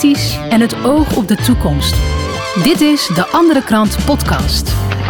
kritisch en het oog op de toekomst. Dit is De Andere Krant podcast.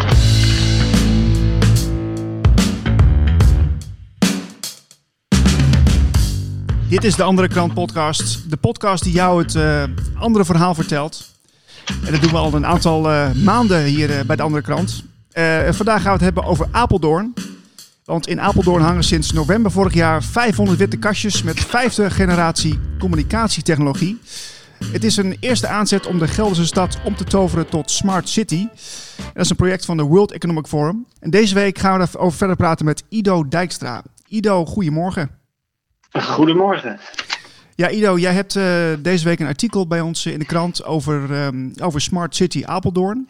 Dit is De Andere Krant podcast. De podcast die jou het andere verhaal vertelt. En dat doen we al een aantal maanden hier bij De Andere Krant. Vandaag gaan we het hebben over Apeldoorn. Want in Apeldoorn hangen sinds november vorig jaar 500 witte kastjes met 5e generatie communicatietechnologie. Het is een eerste aanzet om de Gelderse stad om te toveren tot Smart City. Dat is een project van de World Economic Forum. En deze week gaan we daarover verder praten met Ido Dijkstra. Ido, goedemorgen. Goedemorgen. Ja, Ido, jij hebt deze week een artikel bij ons in de krant over Smart City Apeldoorn.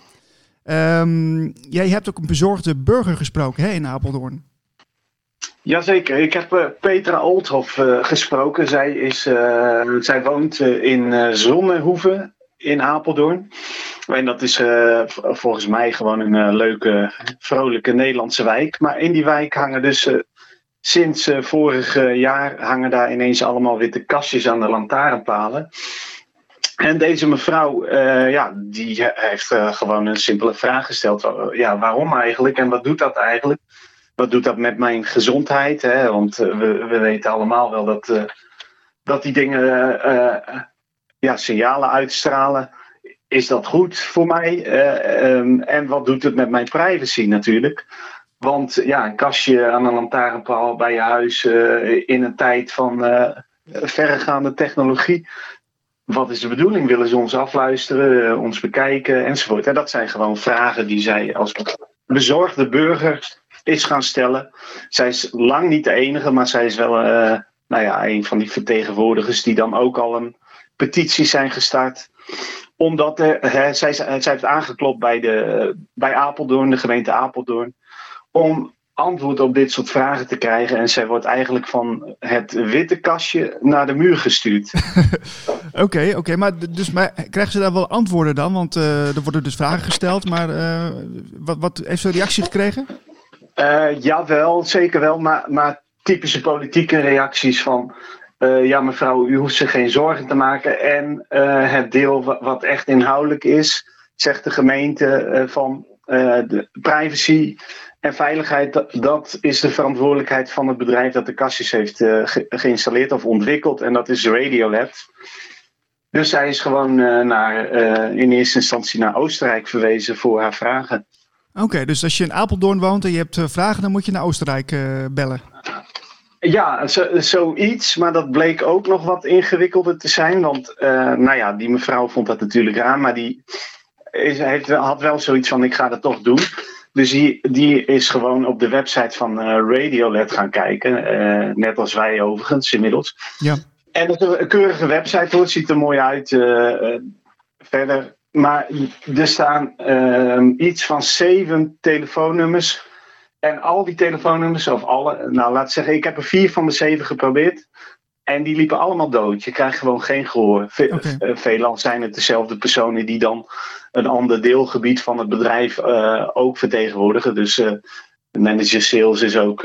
Jij hebt ook een bezorgde burger gesproken, hè, in Apeldoorn. Jazeker, ik heb Petra Oldhoff gesproken. Zij woont in Zonnehoeve in Apeldoorn. En dat is volgens mij gewoon een leuke, vrolijke Nederlandse wijk. Maar in die wijk hangen dus sinds vorig jaar hangen daar ineens allemaal witte kastjes aan de lantaarnpalen. En deze mevrouw, die heeft gewoon een simpele vraag gesteld. Waarom eigenlijk en wat doet dat eigenlijk? Wat doet dat met mijn gezondheid? Hè? Want we weten allemaal wel dat die dingen signalen uitstralen. Is dat goed voor mij? En wat doet het met mijn privacy natuurlijk? Want een kastje aan een lantaarnpaal bij je huis in een tijd van verregaande technologie. Wat is de bedoeling? Willen ze ons afluisteren, ons bekijken enzovoort? En dat zijn gewoon vragen die zij als bezorgde burger is gaan stellen. Zij is lang niet de enige, maar zij is wel een van die vertegenwoordigers die dan ook al een petitie zijn gestart. Omdat zij heeft aangeklopt bij Apeldoorn, de gemeente Apeldoorn, om antwoord op dit soort vragen te krijgen. En zij wordt eigenlijk van het witte kastje naar de muur gestuurd. Oké, maar krijgen ze daar wel antwoorden dan? Want er worden dus vragen gesteld, maar wat heeft ze een reactie gekregen? Jawel, zeker wel, maar typische politieke reacties van mevrouw, u hoeft zich geen zorgen te maken. En het deel wat echt inhoudelijk is, zegt de gemeente van de privacy en veiligheid, dat is de verantwoordelijkheid van het bedrijf dat de kastjes heeft geïnstalleerd of ontwikkeld. En dat is Radiolab. Dus zij is gewoon in eerste instantie naar Oostenrijk verwezen voor haar vragen. Oké, dus als je in Apeldoorn woont en je hebt vragen, dan moet je naar Oostenrijk bellen. Ja, zoiets, maar dat bleek ook nog wat ingewikkelder te zijn. Want die mevrouw vond dat natuurlijk raar, maar die had wel zoiets van, ik ga dat toch doen. Dus die is gewoon op de website van Radiolab gaan kijken. Net als wij overigens inmiddels. Ja. En dat is een keurige website hoor, ziet er mooi uit verder. Maar er staan iets van 7 telefoonnummers. En al die telefoonnummers, of alle, laat ik zeggen, ik heb er 4 van de 7 geprobeerd. En die liepen allemaal dood. Je krijgt gewoon geen gehoor. Veelal zijn het dezelfde personen die dan een ander deelgebied van het bedrijf ook vertegenwoordigen. Dus manager sales is ook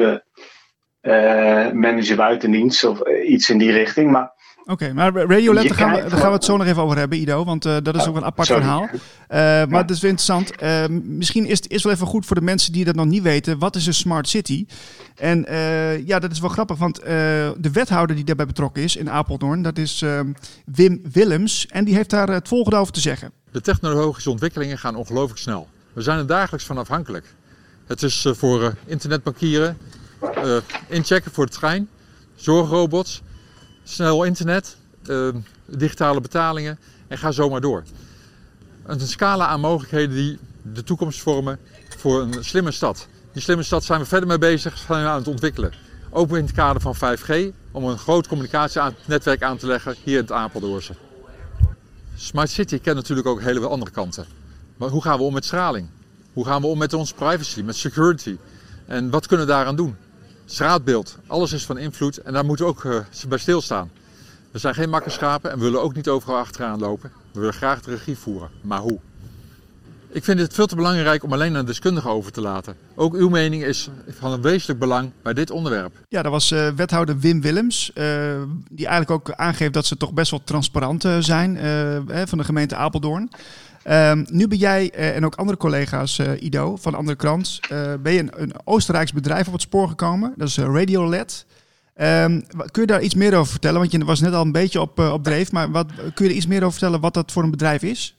manager buitendienst of iets in die richting. Maar maar Radiolab, daar gaan we het zo nog even over hebben, Ido. Want dat is ook een apart verhaal. Maar het is wel interessant. Misschien is het wel even goed voor de mensen die dat nog niet weten. Wat is een Smart City? En dat is wel grappig. Want de wethouder die daarbij betrokken is in Apeldoorn, dat is Wim Willems. En die heeft daar het volgende over te zeggen. De technologische ontwikkelingen gaan ongelooflijk snel. We zijn er dagelijks van afhankelijk. Het is voor internetbankieren, inchecken voor de trein, zorgrobots, snel internet, digitale betalingen en ga zo maar door. Een scala aan mogelijkheden die de toekomst vormen voor een slimme stad. Die slimme stad zijn we verder mee bezig, zijn we aan het ontwikkelen. Ook in het kader van 5G, om een groot communicatienetwerk aan te leggen hier in het Apeldoornse. Smart City kent natuurlijk ook hele andere kanten. Maar hoe gaan we om met straling? Hoe gaan we om met onze privacy, met security? En wat kunnen we daaraan doen? Straatbeeld, alles is van invloed en daar moeten we ook bij stilstaan. We zijn geen makkerschapen en we willen ook niet overal achteraan lopen. We willen graag de regie voeren, maar hoe? Ik vind het veel te belangrijk om alleen aan deskundigen over te laten. Ook uw mening is van een wezenlijk belang bij dit onderwerp. Ja, dat was wethouder Wim Willems, die eigenlijk ook aangeeft dat ze toch best wel transparant zijn van de gemeente Apeldoorn. Nu ben jij en ook andere collega's, Ido, van de andere krant, ben je een Oostenrijks bedrijf op het spoor gekomen. Dat is Radioled. Kun je daar iets meer over vertellen? Want je was net al een beetje op dreef, maar kun je er iets meer over vertellen wat dat voor een bedrijf is?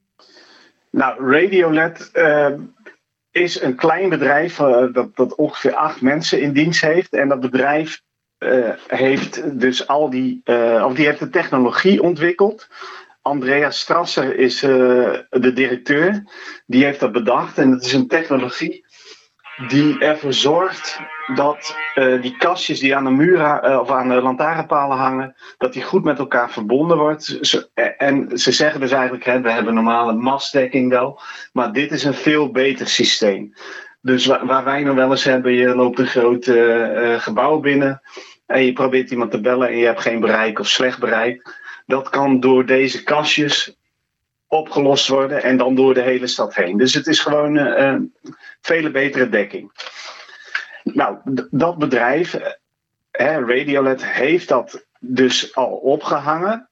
Nou, Radioled is een klein bedrijf dat ongeveer 8 mensen in dienst heeft. En dat bedrijf heeft dus die heeft de technologie ontwikkeld. Andreas Strasser is de directeur. Die heeft dat bedacht. En het is een technologie die ervoor zorgt dat die kastjes die aan de muren of aan de lantaarnpalen hangen, dat die goed met elkaar verbonden wordt. En ze zeggen dus eigenlijk, we hebben normale mastdekking wel, maar dit is een veel beter systeem. Dus waar wij nog wel eens hebben, je loopt een groot gebouw binnen en je probeert iemand te bellen en je hebt geen bereik of slecht bereik. Dat kan door deze kastjes opgelost worden en dan door de hele stad heen. Dus het is gewoon vele betere dekking. Nou, dat bedrijf, Radioled, heeft dat dus al opgehangen.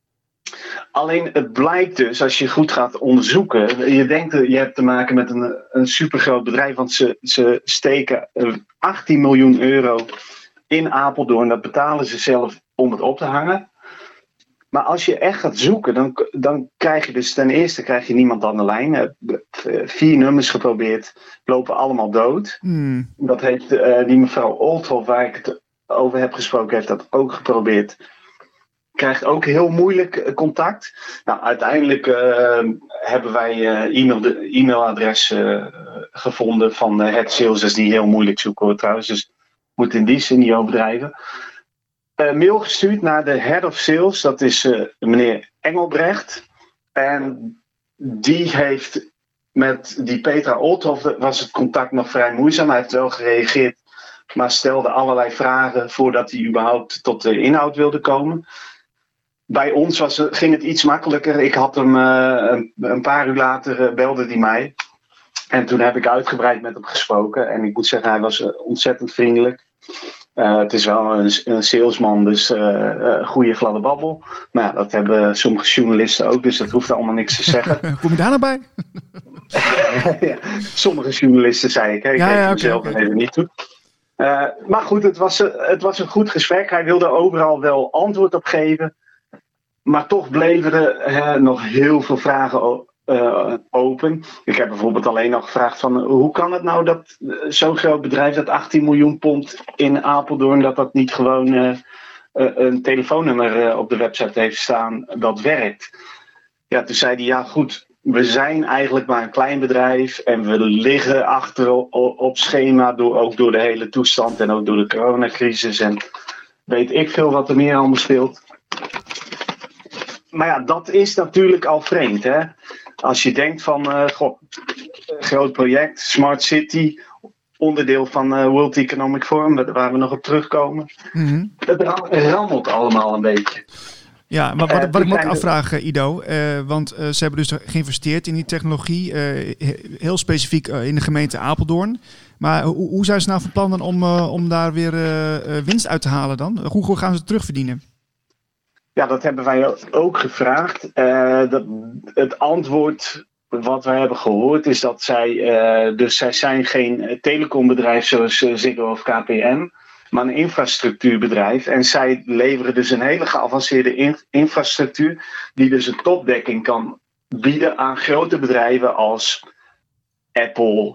Alleen het blijkt dus, als je goed gaat onderzoeken, je denkt je hebt te maken met een supergroot bedrijf, want ze steken 18 miljoen euro in Apeldoorn. Dat betalen ze zelf om het op te hangen. Maar als je echt gaat zoeken, dan krijg je dus ten eerste niemand aan de lijn. 4 nummers geprobeerd, lopen allemaal dood. Dat heeft die mevrouw Oldhoff, waar ik het over heb gesproken, heeft dat ook geprobeerd. Krijgt ook heel moeilijk contact. Nou, uiteindelijk hebben wij e-mailadres gevonden van Head Sales. Dat is niet heel moeilijk zoeken hoor trouwens, dus moet in die zin niet overdrijven. Mail gestuurd naar de Head of Sales, dat is meneer Engelbrecht. En die heeft met die Petra Oldhoff, was het contact nog vrij moeizaam. Hij heeft wel gereageerd, maar stelde allerlei vragen voordat hij überhaupt tot de inhoud wilde komen. Bij ons ging het iets makkelijker. Ik had hem een paar uur later belde hij mij. En toen heb ik uitgebreid met hem gesproken. En ik moet zeggen, hij was ontzettend vriendelijk. Het is wel een salesman, dus goede gladde babbel. Maar ja, dat hebben sommige journalisten ook, dus dat hoeft allemaal niks te zeggen. Kom je daar nou bij? Ja, sommige journalisten zei ik, hè? Ik geef mezelf even niet toe. Maar goed, het was een goed gesprek. Hij wilde overal wel antwoord op geven. Maar toch bleven er nog heel veel vragen open. Ik heb bijvoorbeeld alleen nog gevraagd van hoe kan het nou dat zo'n groot bedrijf dat 18 miljoen pond in Apeldoorn, dat niet gewoon een telefoonnummer op de website heeft staan dat werkt. Ja, toen zei hij ja goed, we zijn eigenlijk maar een klein bedrijf en we liggen achter op schema ook door de hele toestand en ook door de coronacrisis en weet ik veel wat er meer allemaal speelt. Maar ja, dat is natuurlijk al vreemd, hè. Als je denkt van, groot project, Smart City, onderdeel van World Economic Forum, waar we nog op terugkomen. Mm-hmm. Het rammelt allemaal een beetje. Ja, maar wat ik me ook afvraag, Ido, want ze hebben dus geïnvesteerd in die technologie, heel specifiek in de gemeente Apeldoorn. Maar hoe zijn ze nou van plan om daar weer winst uit te halen dan? Hoe gaan ze het terugverdienen? Ja, dat hebben wij ook gevraagd. Het antwoord wat wij hebben gehoord is dat zij zijn geen telecombedrijf zoals Ziggo of KPN, maar een infrastructuurbedrijf. En zij leveren dus een hele geavanceerde infrastructuur die dus een topdekking kan bieden aan grote bedrijven als Apple,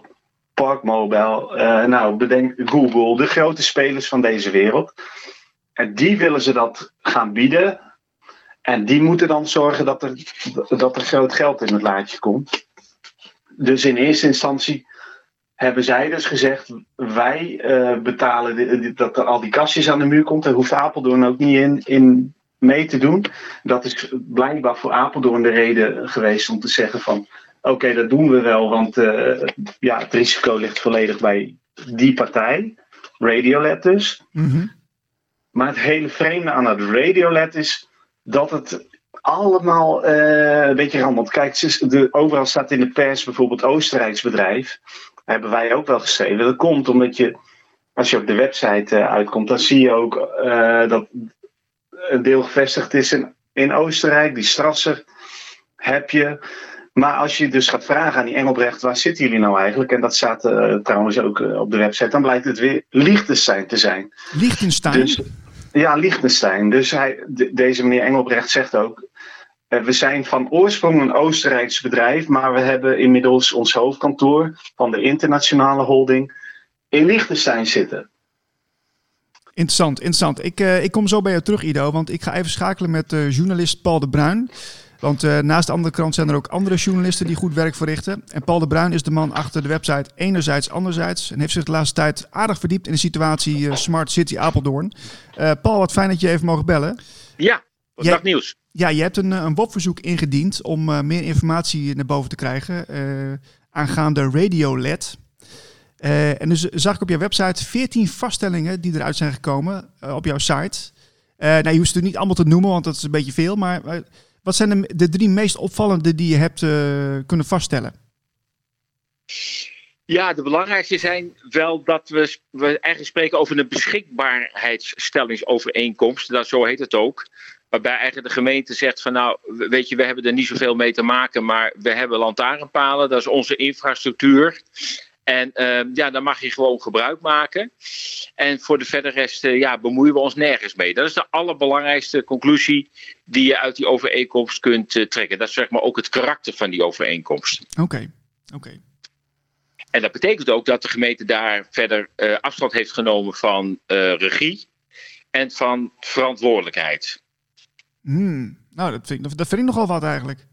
Parkmobile, bedenk Google, de grote spelers van deze wereld. En die willen ze dat gaan bieden. En die moeten dan zorgen dat er groot geld in het laadje komt. Dus in eerste instantie hebben zij dus gezegd, wij betalen dat er al die kastjes aan de muur komt. Daar hoeft Apeldoorn ook niet in mee te doen. Dat is blijkbaar voor Apeldoorn de reden geweest om te zeggen van, oké, dat doen we wel, want het risico ligt volledig bij die partij. Radioled dus. Mm-hmm. Maar het hele vreemde aan het Radioled is dat het allemaal een beetje random. Kijk, overal staat in de pers bijvoorbeeld Oostenrijks bedrijf. Hebben wij ook wel geschreven. Dat komt omdat je, als je op de website uitkomt, dan zie je ook dat een deel gevestigd is in Oostenrijk. Die Strasser heb je. Maar als je dus gaat vragen aan die Engelbrecht, waar zitten jullie nou eigenlijk? En dat staat trouwens ook op de website. Dan blijkt het weer Liechtenstein te zijn. Liechtenstein? Dus, ja, Liechtenstein. Dus deze meneer Engelbrecht zegt ook, we zijn van oorsprong een Oostenrijks bedrijf, maar we hebben inmiddels ons hoofdkantoor van de internationale holding in Liechtenstein zitten. Interessant. Ik kom zo bij jou terug, Ido, want ik ga even schakelen met journalist Paul de Bruin. Want naast de andere krant zijn er ook andere journalisten die goed werk verrichten. En Paul de Bruin is de man achter de website Enerzijds Anderzijds. En heeft zich de laatste tijd aardig verdiept in de situatie Smart City Apeldoorn. Paul, wat fijn dat je even mogen bellen. Ja, dag nieuws. Ja, je hebt een WOP-verzoek ingediend om meer informatie naar boven te krijgen aangaande Radio-LED. En dus zag ik op jouw website 14 vaststellingen die eruit zijn gekomen op jouw site. Nou, je hoeft het niet allemaal te noemen, want dat is een beetje veel. Maar wat zijn de 3 meest opvallende die je hebt kunnen vaststellen? Ja, de belangrijkste zijn wel dat we eigenlijk spreken over een beschikbaarheidsstellingsovereenkomst. Zo heet het ook. Waarbij eigenlijk de gemeente zegt van nou, weet je, we hebben er niet zoveel mee te maken, maar we hebben lantaarnpalen, dat is onze infrastructuur. En daar mag je gewoon gebruik maken. En voor de verdere rest bemoeien we ons nergens mee. Dat is de allerbelangrijkste conclusie die je uit die overeenkomst kunt trekken. Dat is zeg maar ook het karakter van die overeenkomst. Oké. En dat betekent ook dat de gemeente daar verder afstand heeft genomen van regie en van verantwoordelijkheid. Nou, dat vind ik nogal wat eigenlijk.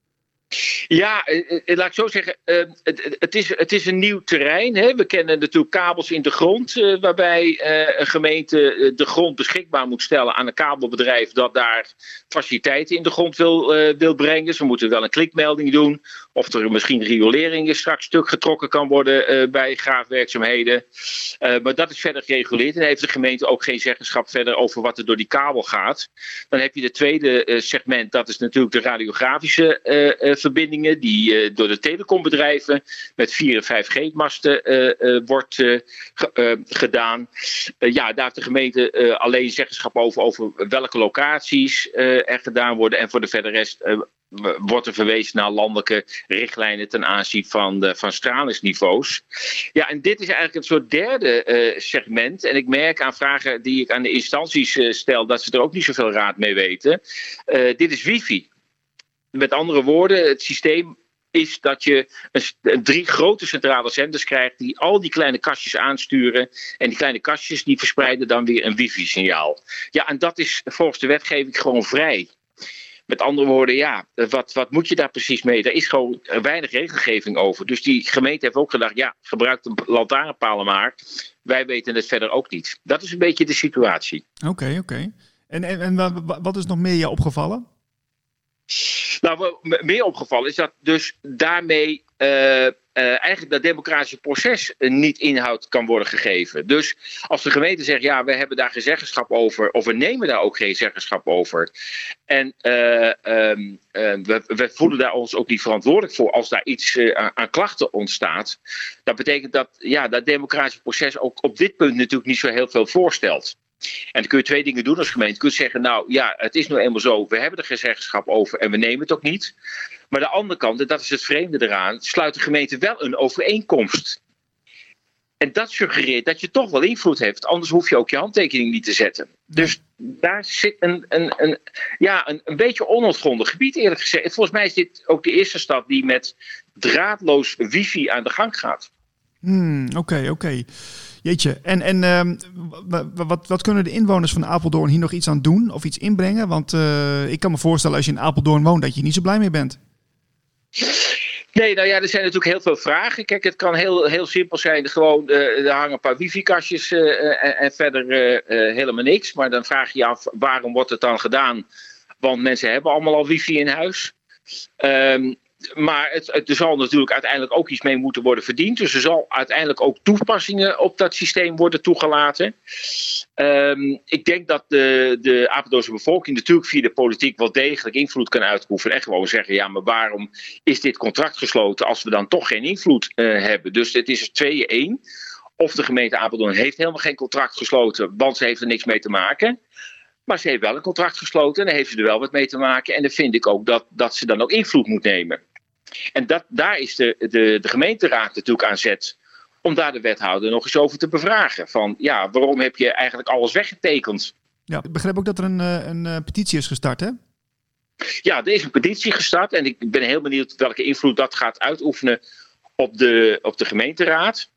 Ja, laat ik zo zeggen, het is een nieuw terrein. Hè? We kennen natuurlijk kabels in de grond, waarbij een gemeente de grond beschikbaar moet stellen aan een kabelbedrijf dat daar faciliteiten in de grond wil brengen. Ze moeten wel een klikmelding doen, of er misschien riolering straks stuk getrokken kan worden bij graafwerkzaamheden. Maar dat is verder gereguleerd en heeft de gemeente ook geen zeggenschap verder over wat er door die kabel gaat. Dan heb je de tweede segment, dat is natuurlijk de radiografische verbindingen die door de telecombedrijven met 4 en 5G-masten wordt gedaan. Daar heeft de gemeente alleen zeggenschap over welke locaties er gedaan worden. En voor de verdere rest wordt er verwezen naar landelijke richtlijnen ten aanzien van stralingsniveaus. Ja, en dit is eigenlijk een soort derde segment. En ik merk aan vragen die ik aan de instanties stel dat ze er ook niet zoveel raad mee weten. Dit is wifi. Met andere woorden, het systeem is dat je 3 grote centrale zenders krijgt die al die kleine kastjes aansturen. En die kleine kastjes die verspreiden dan weer een wifi-signaal. Ja, en dat is volgens de wetgeving gewoon vrij. Met andere woorden, wat moet je daar precies mee? Er is gewoon weinig regelgeving over. Dus die gemeente heeft ook gedacht, gebruik de lantaarnpalen maar. Wij weten het verder ook niet. Dat is een beetje de situatie. Oké. En wat is nog meer jou opgevallen? Nou, wat meer opgevallen is dat dus daarmee eigenlijk dat democratische proces niet inhoud kan worden gegeven. Dus als de gemeente zegt, we hebben daar geen zeggenschap over, of we nemen daar ook geen zeggenschap over. En we voelen daar ons ook niet verantwoordelijk voor als daar iets aan klachten ontstaat. Dat betekent dat dat democratische proces ook op dit punt natuurlijk niet zo heel veel voorstelt. En dan kun je 2 dingen doen als gemeente. Je kunt zeggen, het is nou eenmaal zo, we hebben er geen zeggenschap over en we nemen het ook niet. Maar de andere kant, en dat is het vreemde eraan, sluit de gemeente wel een overeenkomst. En dat suggereert dat je toch wel invloed heeft, anders hoef je ook je handtekening niet te zetten. Dus daar zit een beetje onontgonnen gebied eerlijk gezegd. Volgens mij is dit ook de eerste stap die met draadloos wifi aan de gang gaat. Oké. Jeetje, en wat kunnen de inwoners van Apeldoorn hier nog iets aan doen of iets inbrengen? Want ik kan me voorstellen als je in Apeldoorn woont dat je niet zo blij mee bent. Nee, er zijn natuurlijk heel veel vragen. Kijk, het kan heel simpel zijn. Gewoon, er hangen een paar wifi-kastjes en verder helemaal niks. Maar dan vraag je je af, waarom wordt het dan gedaan? Want mensen hebben allemaal al wifi in huis. Maar er zal natuurlijk uiteindelijk ook iets mee moeten worden verdiend. Dus er zal uiteindelijk ook toepassingen op dat systeem worden toegelaten. Ik denk dat de Apeldoornse bevolking natuurlijk via de politiek wel degelijk invloed kan uitoefenen. En gewoon zeggen, ja, maar waarom is dit contract gesloten als we dan toch geen invloed hebben? Dus het is 2-1. Of de gemeente Apeldoorn heeft helemaal geen contract gesloten, want ze heeft er niks mee te maken. Maar ze heeft wel een contract gesloten en daar heeft ze er wel wat mee te maken. En dan vind ik ook dat ze dan ook invloed moet nemen. En daar is de gemeenteraad natuurlijk aan zet om daar de wethouder nog eens over te bevragen. Van ja, waarom heb je eigenlijk alles weggetekend? Ja, ik begrijp ook dat er een petitie is gestart, hè? Ja, er is een petitie gestart en ik ben heel benieuwd welke invloed dat gaat uitoefenen op de gemeenteraad.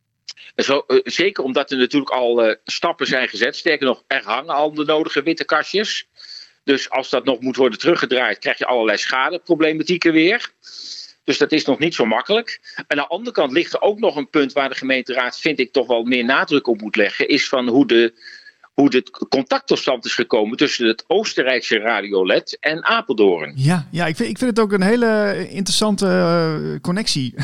Zeker omdat er natuurlijk al stappen zijn gezet. Sterker nog, er hangen al de nodige witte kastjes. Dus als dat nog moet worden teruggedraaid, krijg je allerlei schadeproblematieken weer. Dus dat is nog niet zo makkelijk. En aan de andere kant ligt er ook nog een punt waar de gemeenteraad, vind ik, toch wel meer nadruk op moet leggen. Is van hoe de contact tot stand is gekomen tussen het Oostenrijkse Radiolet en Apeldoorn. Ja, ik vind het ook een hele interessante connectie.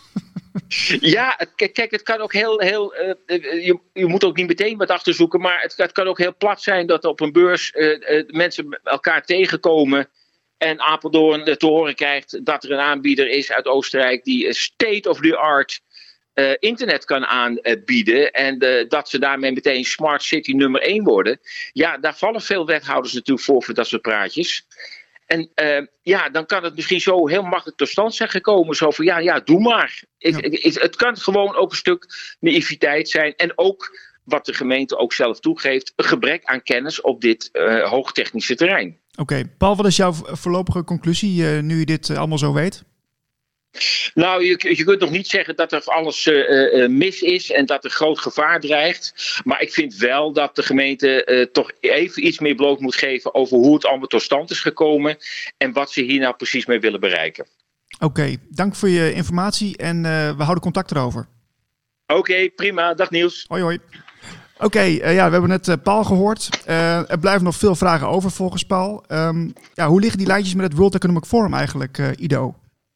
Ja, kijk, het kan ook heel je moet ook niet meteen wat achterzoeken, maar het kan ook heel plat zijn dat op een beurs mensen elkaar tegenkomen en Apeldoorn te horen krijgt dat er een aanbieder is uit Oostenrijk die state-of-the-art internet kan aanbieden en dat ze daarmee meteen Smart City nummer 1 worden. Ja, daar vallen veel wethouders natuurlijk voor dat soort praatjes. En dan kan het misschien zo heel makkelijk tot stand zijn gekomen. Zo van ja, doe maar. Het kan gewoon ook een stuk naïviteit zijn. En ook wat de gemeente ook zelf toegeeft. Een gebrek aan kennis op dit hoogtechnische terrein. Oké, Paul, wat is jouw voorlopige conclusie nu je dit allemaal zo weet? Nou, je kunt nog niet zeggen dat er alles mis is en dat er groot gevaar dreigt. Maar ik vind wel dat de gemeente toch even iets meer bloot moet geven over hoe het allemaal tot stand is gekomen en wat ze hier nou precies mee willen bereiken. Oké, dank voor je informatie en we houden contact erover. Oké, prima. Dag Niels. Hoi. Oké, we hebben net Paul gehoord. Er blijven nog veel vragen over volgens Paul. Hoe liggen die lijntjes met het World Economic Forum eigenlijk, Ido?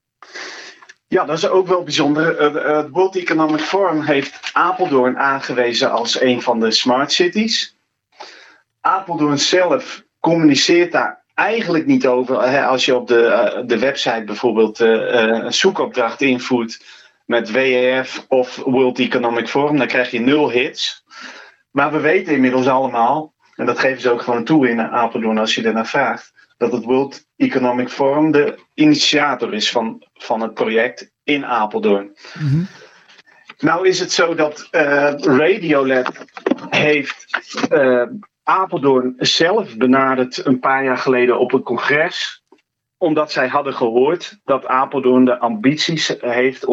Ja, dat is ook wel bijzonder. Het World Economic Forum heeft Apeldoorn aangewezen als een van de smart cities. Apeldoorn zelf communiceert daar eigenlijk niet over. Als je op de website bijvoorbeeld een zoekopdracht invoert met WEF of World Economic Forum, dan krijg je 0 hits. Maar we weten inmiddels allemaal, en dat geven ze ook gewoon toe in Apeldoorn als je ernaar vraagt, dat het World Economic Forum de initiator is van het project in Apeldoorn. Mm-hmm. Nou is het zo dat Radiolet heeft Apeldoorn zelf benaderd een paar jaar geleden op een congres. Omdat zij hadden gehoord dat Apeldoorn de ambities heeft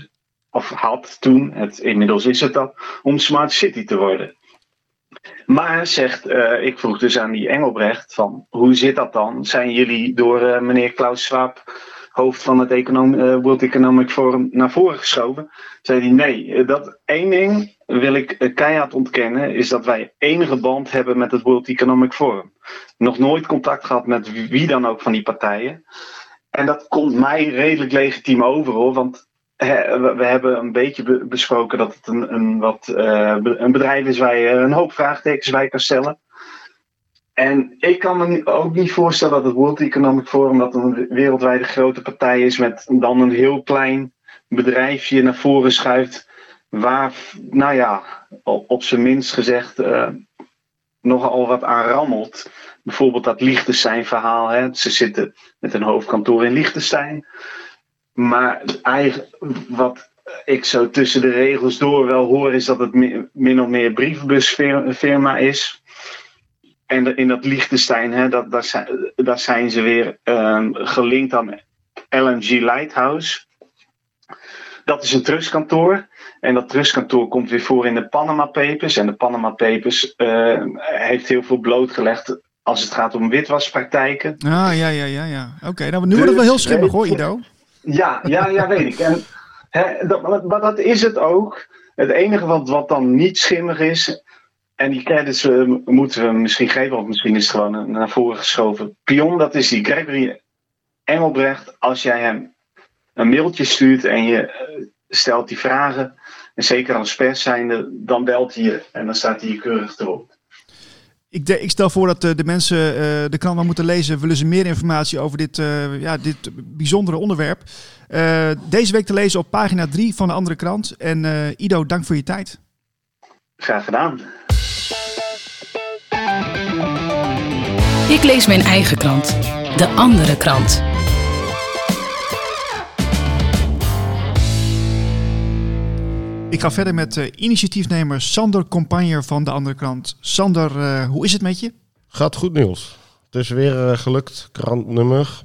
had toen, inmiddels is het dat, om Smart City te worden. Maar ik vroeg dus aan die Engelbrecht van hoe zit dat dan? Zijn jullie door meneer Klaus Schwab, hoofd van het World Economic Forum, naar voren geschoven? Zei hij nee, dat één ding wil ik keihard ontkennen, is dat wij enige band hebben met het World Economic Forum. Nog nooit contact gehad met wie dan ook van die partijen. En dat komt mij redelijk legitiem over hoor, want we hebben een beetje besproken dat het een bedrijf is waar je een hoop vraagtekens bij kan stellen. En ik kan me ook niet voorstellen dat het World Economic Forum dat een wereldwijde grote partij is met dan een heel klein bedrijfje naar voren schuift. Waar, op zijn minst gezegd nogal wat aan rammelt. Bijvoorbeeld dat Liechtenstein verhaal. Hè. Ze zitten met een hoofdkantoor in Liechtenstein. Maar eigenlijk wat ik zo tussen de regels door wel hoor is dat het min of meer brievenbusfirma is. En in dat Liechtenstein, daar zijn ze weer gelinkt aan LNG Lighthouse. Dat is een trustkantoor. En dat trustkantoor komt weer voor in de Panama Papers. En de Panama Papers heeft heel veel blootgelegd als het gaat om witwaspraktijken. Ja. Oké, nou, nu wordt het wel heel schimmig hoor, Ido. Ja, weet ik. Maar dat is het ook. Het enige wat dan niet schimmig is, en die credits moeten we misschien geven, of misschien is het gewoon een naar voren geschoven pion, dat is die Gregory Engelbrecht. Als jij hem een mailtje stuurt en je stelt die vragen. En zeker als pers zijnde, dan belt hij je en dan staat hij je keurig erop. Ik stel voor dat de mensen de krant maar moeten lezen. Willen ze meer informatie over dit bijzondere onderwerp? Deze week te lezen op pagina 3 van de Andere Krant. En Ido, dank voor je tijd. Graag gedaan. Ik lees mijn eigen krant, de Andere Krant. Ik ga verder met initiatiefnemer Sander Compagner van de Andere Krant. Sander, hoe is het met je? Gaat goed, Niels. Het is weer gelukt. Krantnummer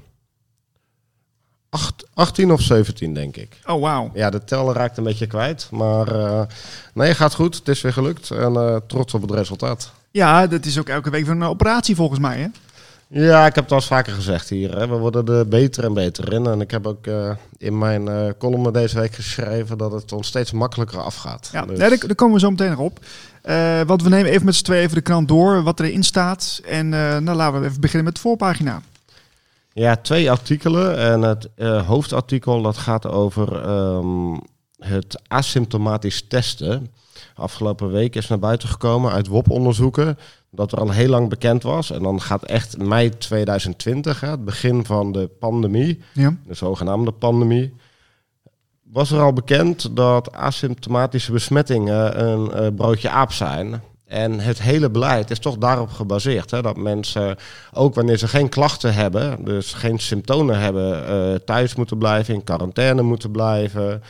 18 of 17, denk ik. Oh, wauw. Ja, de teller raakt een beetje kwijt. Maar nee, gaat goed. Het is weer gelukt. En trots op het resultaat. Ja, dat is ook elke week een operatie volgens mij, hè? Ja, ik heb het al eens vaker gezegd hier. Hè. We worden er beter en beter in. En ik heb ook in mijn column deze week geschreven dat het ons steeds makkelijker afgaat. Ja, dus... daar komen we zo meteen nog op. Want we nemen even met z'n tweeën even de krant door, wat erin staat. En dan laten we even beginnen met de voorpagina. Ja, 2 artikelen. En het hoofdartikel dat gaat over het asymptomatisch testen. Afgelopen week is naar buiten gekomen uit WOP-onderzoeken dat er al heel lang bekend was. En dan gaat echt mei 2020, het begin van de pandemie, ja. De zogenaamde pandemie, was er al bekend dat asymptomatische besmettingen een broodje aap zijn. En het hele beleid is toch daarop gebaseerd. Hè, dat mensen, ook wanneer ze geen klachten hebben, dus geen symptomen hebben, thuis moeten blijven, in quarantaine moeten blijven,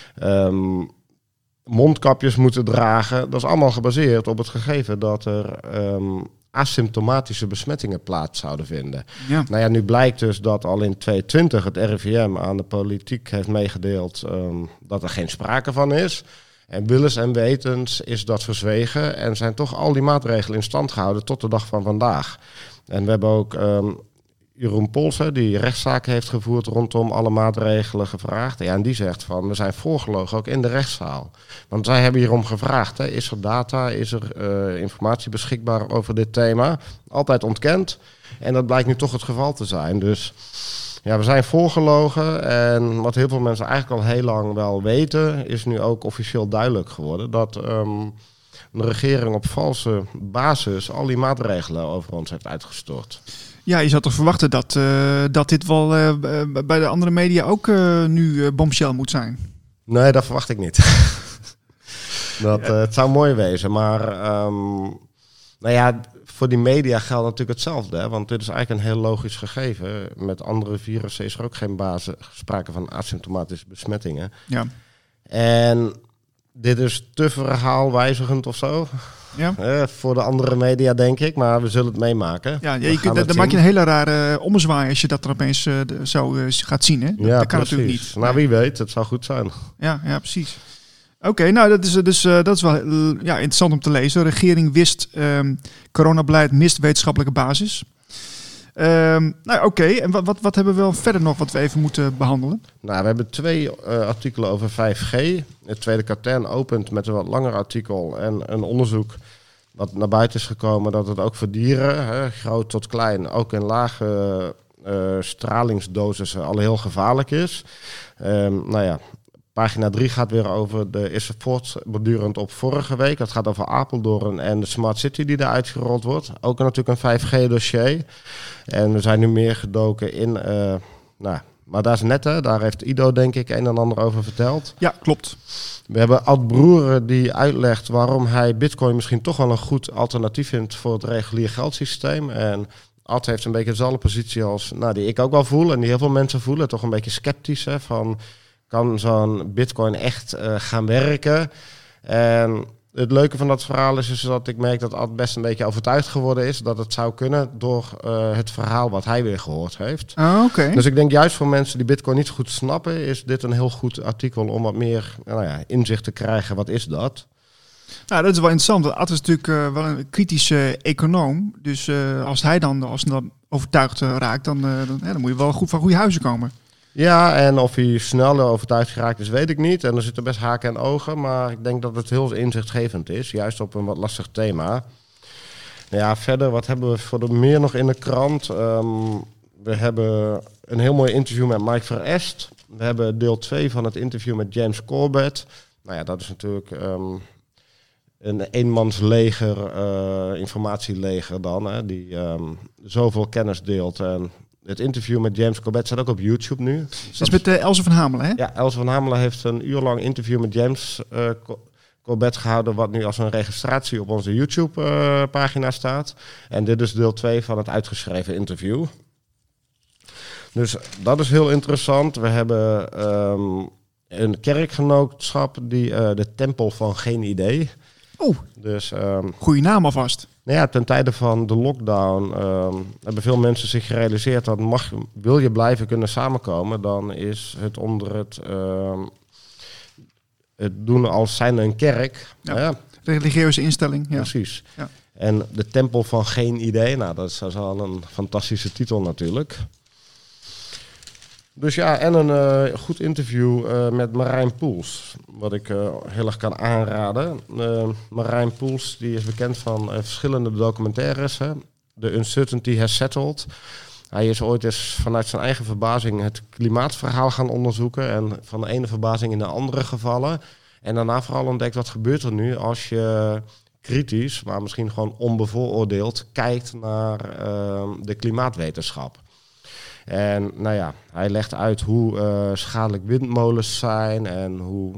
mondkapjes moeten dragen. Dat is allemaal gebaseerd op het gegeven dat er asymptomatische besmettingen plaats zouden vinden. Ja. Nou ja, nu blijkt dus dat al in 2020 het RIVM aan de politiek heeft meegedeeld dat er geen sprake van is. En willens en wetens is dat verzwegen en zijn toch al die maatregelen in stand gehouden tot de dag van vandaag. En we hebben ook Jeroen Polsen, die rechtszaken heeft gevoerd rondom alle maatregelen, gevraagd. Ja, en die zegt van, we zijn voorgelogen ook in de rechtszaal. Want zij hebben hierom gevraagd, hè, is er data, is er informatie beschikbaar over dit thema? Altijd ontkend. En dat blijkt nu toch het geval te zijn. Dus ja, we zijn voorgelogen. En wat heel veel mensen eigenlijk al heel lang wel weten, is nu ook officieel duidelijk geworden. Dat een regering op valse basis al die maatregelen over ons heeft uitgestort. Ja, je zou toch verwachten dat dit wel bij de andere media ook nu bombshell moet zijn? Nee, dat verwacht ik niet. Het zou mooi wezen, maar nou ja, voor die media geldt natuurlijk hetzelfde. Hè? Want dit is eigenlijk een heel logisch gegeven. Met andere virussen is er ook geen sprake van asymptomatische besmettingen. Ja. En dit is te verhaalwijzigend of zo. Ja. Voor de andere media, denk ik. Maar we zullen het meemaken. Ja, dan maak je een hele rare ommezwaai als je dat er opeens zo gaat zien. Hè? Dat kan natuurlijk niet. Nou, wie weet. Het zou goed zijn. Ja, precies. Oké, nou dat is wel interessant om te lezen. De regering wist coronabeleid mist wetenschappelijke basis. Oké. En wat hebben we wel verder nog wat we even moeten behandelen? Nou, we hebben 2 artikelen over 5G. Het tweede katern opent met een wat langer artikel en een onderzoek wat naar buiten is gekomen dat het ook voor dieren, groot tot klein, ook in lage stralingsdosissen al heel gevaarlijk is. Pagina 3 gaat weer over is voortbordurend op vorige week. Dat gaat over Apeldoorn en de Smart City die daar uitgerold wordt. Ook natuurlijk een 5G-dossier. En we zijn nu meer gedoken in... maar daar is net, daar heeft Ido denk ik een en ander over verteld. Ja, klopt. We hebben Ad Broeren die uitlegt waarom hij Bitcoin misschien toch wel een goed alternatief vindt voor het regulier geldsysteem. En Ad heeft een beetje dezelfde positie als die ik ook wel voel en die heel veel mensen voelen. Toch een beetje sceptisch van... Kan zo'n Bitcoin echt gaan werken? En het leuke van dat verhaal is dat ik merk dat Ad best een beetje overtuigd geworden is dat het zou kunnen door het verhaal wat hij weer gehoord heeft. Oh, okay. Dus ik denk juist voor mensen die Bitcoin niet zo goed snappen, is dit een heel goed artikel om wat meer inzicht te krijgen. Wat is dat? Nou, dat is wel interessant. Ad is natuurlijk wel een kritische econoom. Dus als hij dan overtuigd raakt, dan moet je wel goed van goede huizen komen. Ja, en of hij sneller overtuigd geraakt is, weet ik niet. En er zitten best haken en ogen, maar ik denk dat het heel inzichtgevend is. Juist op een wat lastig thema. Ja, verder, wat hebben we voor meer nog in de krant? We hebben een heel mooi interview met Mike Verest. We hebben deel 2 van het interview met James Corbett. Nou ja, dat is natuurlijk een eenmansleger, informatieleger dan, hè, die zoveel kennis deelt. En het interview met James Corbett staat ook op YouTube nu. Dat is met Else van Hamelen, hè? Ja, Else van Hamelen heeft een uur lang interview met James Corbett gehouden, wat nu als een registratie op onze YouTube-pagina staat. En dit is deel 2 van het uitgeschreven interview. Dus dat is heel interessant. We hebben een kerkgenootschap, de Tempel van Geen Idee. Oh, dus, goede naam alvast. Nou ja, ten tijde van de lockdown hebben veel mensen zich gerealiseerd dat wil je blijven kunnen samenkomen, dan is het onder het doen als zijnde een kerk. Ja. Religieuze instelling. Ja. Precies. Ja. En de Tempel van Geen Idee, nou dat is al een fantastische titel natuurlijk. Dus ja, en een goed interview met Marijn Poels, wat ik heel erg kan aanraden. Marijn Poels die is bekend van verschillende documentaires. Hè. The Uncertainty Has Settled. Hij is ooit eens vanuit zijn eigen verbazing het klimaatverhaal gaan onderzoeken. En van de ene verbazing in de andere gevallen. En daarna vooral ontdekt wat gebeurt er nu als je kritisch, maar misschien gewoon onbevooroordeeld, kijkt naar de klimaatwetenschap. En nou ja, hij legt uit hoe schadelijk windmolens zijn en hoe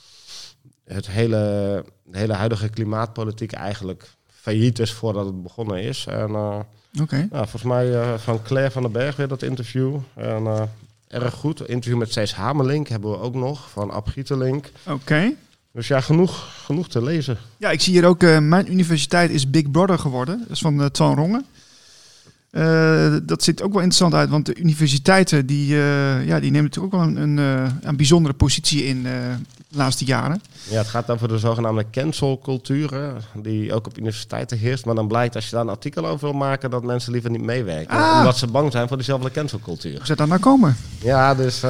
de hele huidige klimaatpolitiek eigenlijk failliet is voordat het begonnen is. En Okay. Nou, volgens mij van Claire van den Berg weer dat interview. En erg goed. Interview met Cees Hamelink hebben we ook nog, van Ab Gietelink. Oké. Dus ja, genoeg te lezen. Ja, ik zie hier ook, mijn universiteit is Big Brother geworden. Dat is van Twan Rongen. Dat ziet ook wel interessant uit, want de universiteiten die nemen natuurlijk ook wel een bijzondere positie in de laatste jaren. Ja, het gaat over de zogenaamde cancelcultuur, die ook op universiteiten heerst. Maar dan blijkt, als je daar een artikel over wil maken, dat mensen liever niet meewerken. Omdat ze bang zijn voor diezelfde cancelcultuur. Hoe zou dat nou komen? Ja, dus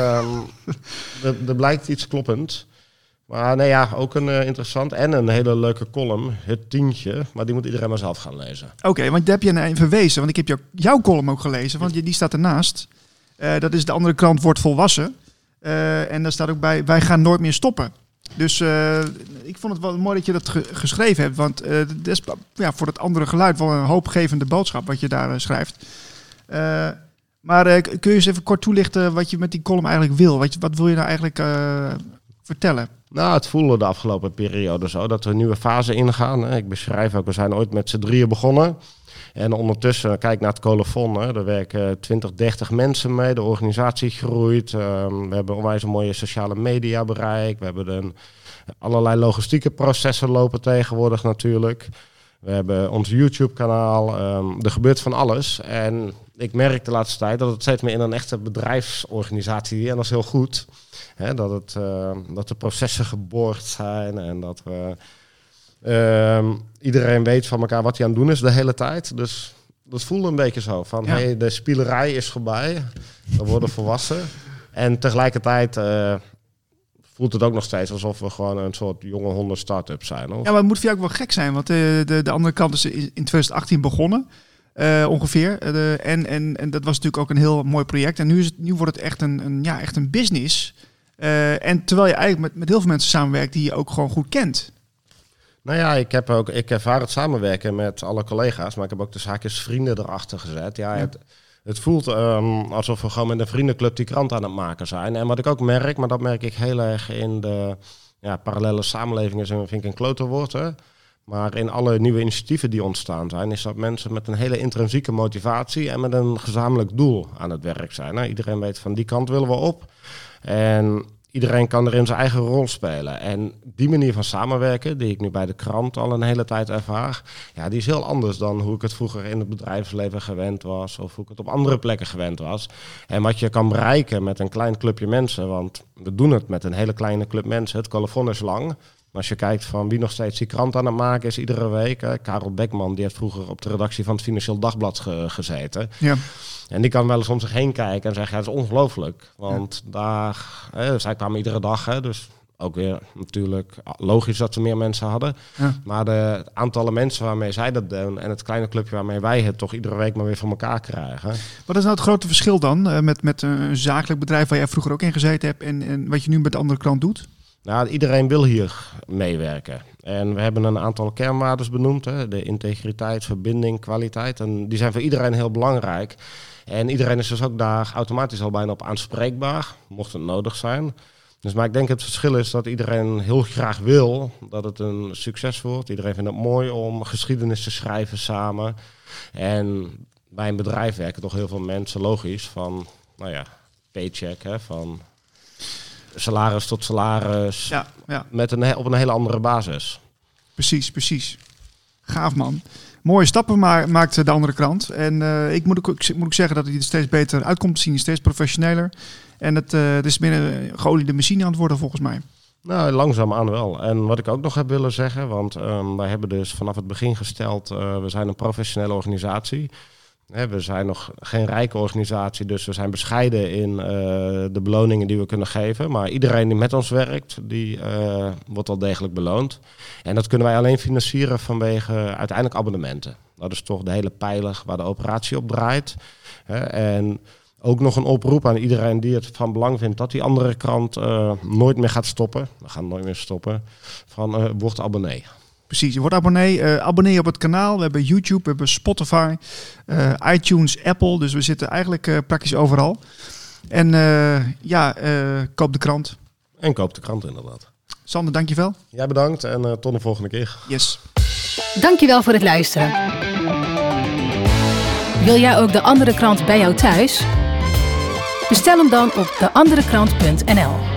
er blijkt iets kloppends. Maar nee, ja, ook een interessant en een hele leuke column, Het Tientje. Maar die moet iedereen maar zelf gaan lezen. Oké, want daar heb je naar verwezen. Want ik heb jouw column ook gelezen, want die staat ernaast. Dat is De Andere Krant Wordt Volwassen. En daar staat ook bij, wij gaan nooit meer stoppen. Dus ik vond het wel mooi dat je dat geschreven hebt. Want dat is voor het andere geluid wel een hoopgevende boodschap wat je daar schrijft. Maar kun je eens even kort toelichten wat je met die column eigenlijk wil? Wat wil je nou eigenlijk vertellen? Nou, het voelde de afgelopen periode zo dat we een nieuwe fase ingaan. Ik beschrijf ook, we zijn ooit met z'n 3 begonnen. En ondertussen, kijk naar het colofon, er werken 20, 30 mensen mee. De organisatie groeit. We hebben onwijs een mooie sociale media bereik. We hebben allerlei logistieke processen lopen tegenwoordig natuurlijk. We hebben ons YouTube-kanaal. Er gebeurt van alles. En ik merk de laatste tijd dat het steeds meer in een echte bedrijfsorganisatie, en dat is heel goed, hè, dat de processen geborgd zijn en dat we iedereen weet van elkaar wat hij aan het doen is de hele tijd. Dus dat voelde een beetje zo van, hey, de spielerij is voorbij. We worden volwassen. En tegelijkertijd voelt het ook nog steeds alsof we gewoon een soort jonge honden start-up zijn. Of? Ja, maar het moet voor jou ook wel gek zijn, want de andere kant is in 2018 begonnen. Ongeveer. En dat was natuurlijk ook een heel mooi project. En nu wordt het echt een business. En terwijl je eigenlijk met heel veel mensen samenwerkt die je ook gewoon goed kent. Nou ja, ik ervaar het samenwerken met alle collega's, maar ik heb ook de zaakjes vrienden erachter gezet. Ja. Het voelt alsof we gewoon met een vriendenclub die krant aan het maken zijn. En wat ik ook merk, maar dat merk ik heel erg in de parallele samenleving, vind ik een klote woord, hè. Maar in alle nieuwe initiatieven die ontstaan zijn, is dat mensen met een hele intrinsieke motivatie en met een gezamenlijk doel aan het werk zijn. Nou, iedereen weet van die kant willen we op. En iedereen kan er in zijn eigen rol spelen. En die manier van samenwerken, die ik nu bij de krant al een hele tijd ervaar, ja, die is heel anders dan hoe ik het vroeger in het bedrijfsleven gewend was, of hoe ik het op andere plekken gewend was. En wat je kan bereiken met een klein clubje mensen, want we doen het met een hele kleine club mensen. Het colofon is lang. Als je kijkt van wie nog steeds die krant aan het maken is iedere week. Karel Beckman, die heeft vroeger op de redactie van het Financieel Dagblad gezeten. Ja. En die kan wel eens om zich heen kijken en zeggen, ja, dat is ongelooflijk. Want daar, zij kwamen iedere dag, dus Ook weer natuurlijk logisch dat ze meer mensen hadden. Ja. Maar het aantallen mensen waarmee zij dat doen en het kleine clubje waarmee wij het toch iedere week maar weer voor elkaar krijgen. Wat is nou het grote verschil dan met een zakelijk bedrijf waar jij vroeger ook in gezeten hebt en wat je nu met de andere krant doet? Nou, iedereen wil hier meewerken. En we hebben een aantal kernwaarden benoemd. Hè? De integriteit, verbinding, kwaliteit. En die zijn voor iedereen heel belangrijk. En iedereen is dus ook daar automatisch al bijna op aanspreekbaar, mocht het nodig zijn. Dus, maar ik denk het verschil is dat iedereen heel graag wil dat het een succes wordt. Iedereen vindt het mooi om geschiedenis te schrijven samen. En bij een bedrijf werken toch heel veel mensen, logisch, van paycheck, hè, van salaris tot salaris, Ja. op een hele andere basis. Precies. Gaaf, man. Mooie stappen maakt de andere krant. En ik moet ook zeggen dat hij er steeds beter uitkomt te zien. Steeds professioneler. En het is meer een geoliede machine aan het worden volgens mij. Nou, langzaamaan wel. En wat ik ook nog heb willen zeggen, want wij hebben dus vanaf het begin gesteld, we zijn een professionele organisatie. We zijn nog geen rijke organisatie, dus we zijn bescheiden in de beloningen die we kunnen geven. Maar iedereen die met ons werkt, die wordt wel degelijk beloond. En dat kunnen wij alleen financieren vanwege uiteindelijk abonnementen. Dat is toch de hele pijler waar de operatie op draait. En ook nog een oproep aan iedereen die het van belang vindt dat die andere krant nooit meer gaat stoppen. We gaan nooit meer stoppen. Word abonnee. Precies, je wordt abonnee. Abonneer op het kanaal. We hebben YouTube, we hebben Spotify, iTunes, Apple. Dus we zitten eigenlijk praktisch overal. En koop de krant. En koop de krant inderdaad. Sander, dankjewel. Jij bedankt en tot de volgende keer. Yes. Dankjewel voor het luisteren. Wil jij ook de andere krant bij jou thuis? Bestel hem dan op deanderekrant.nl.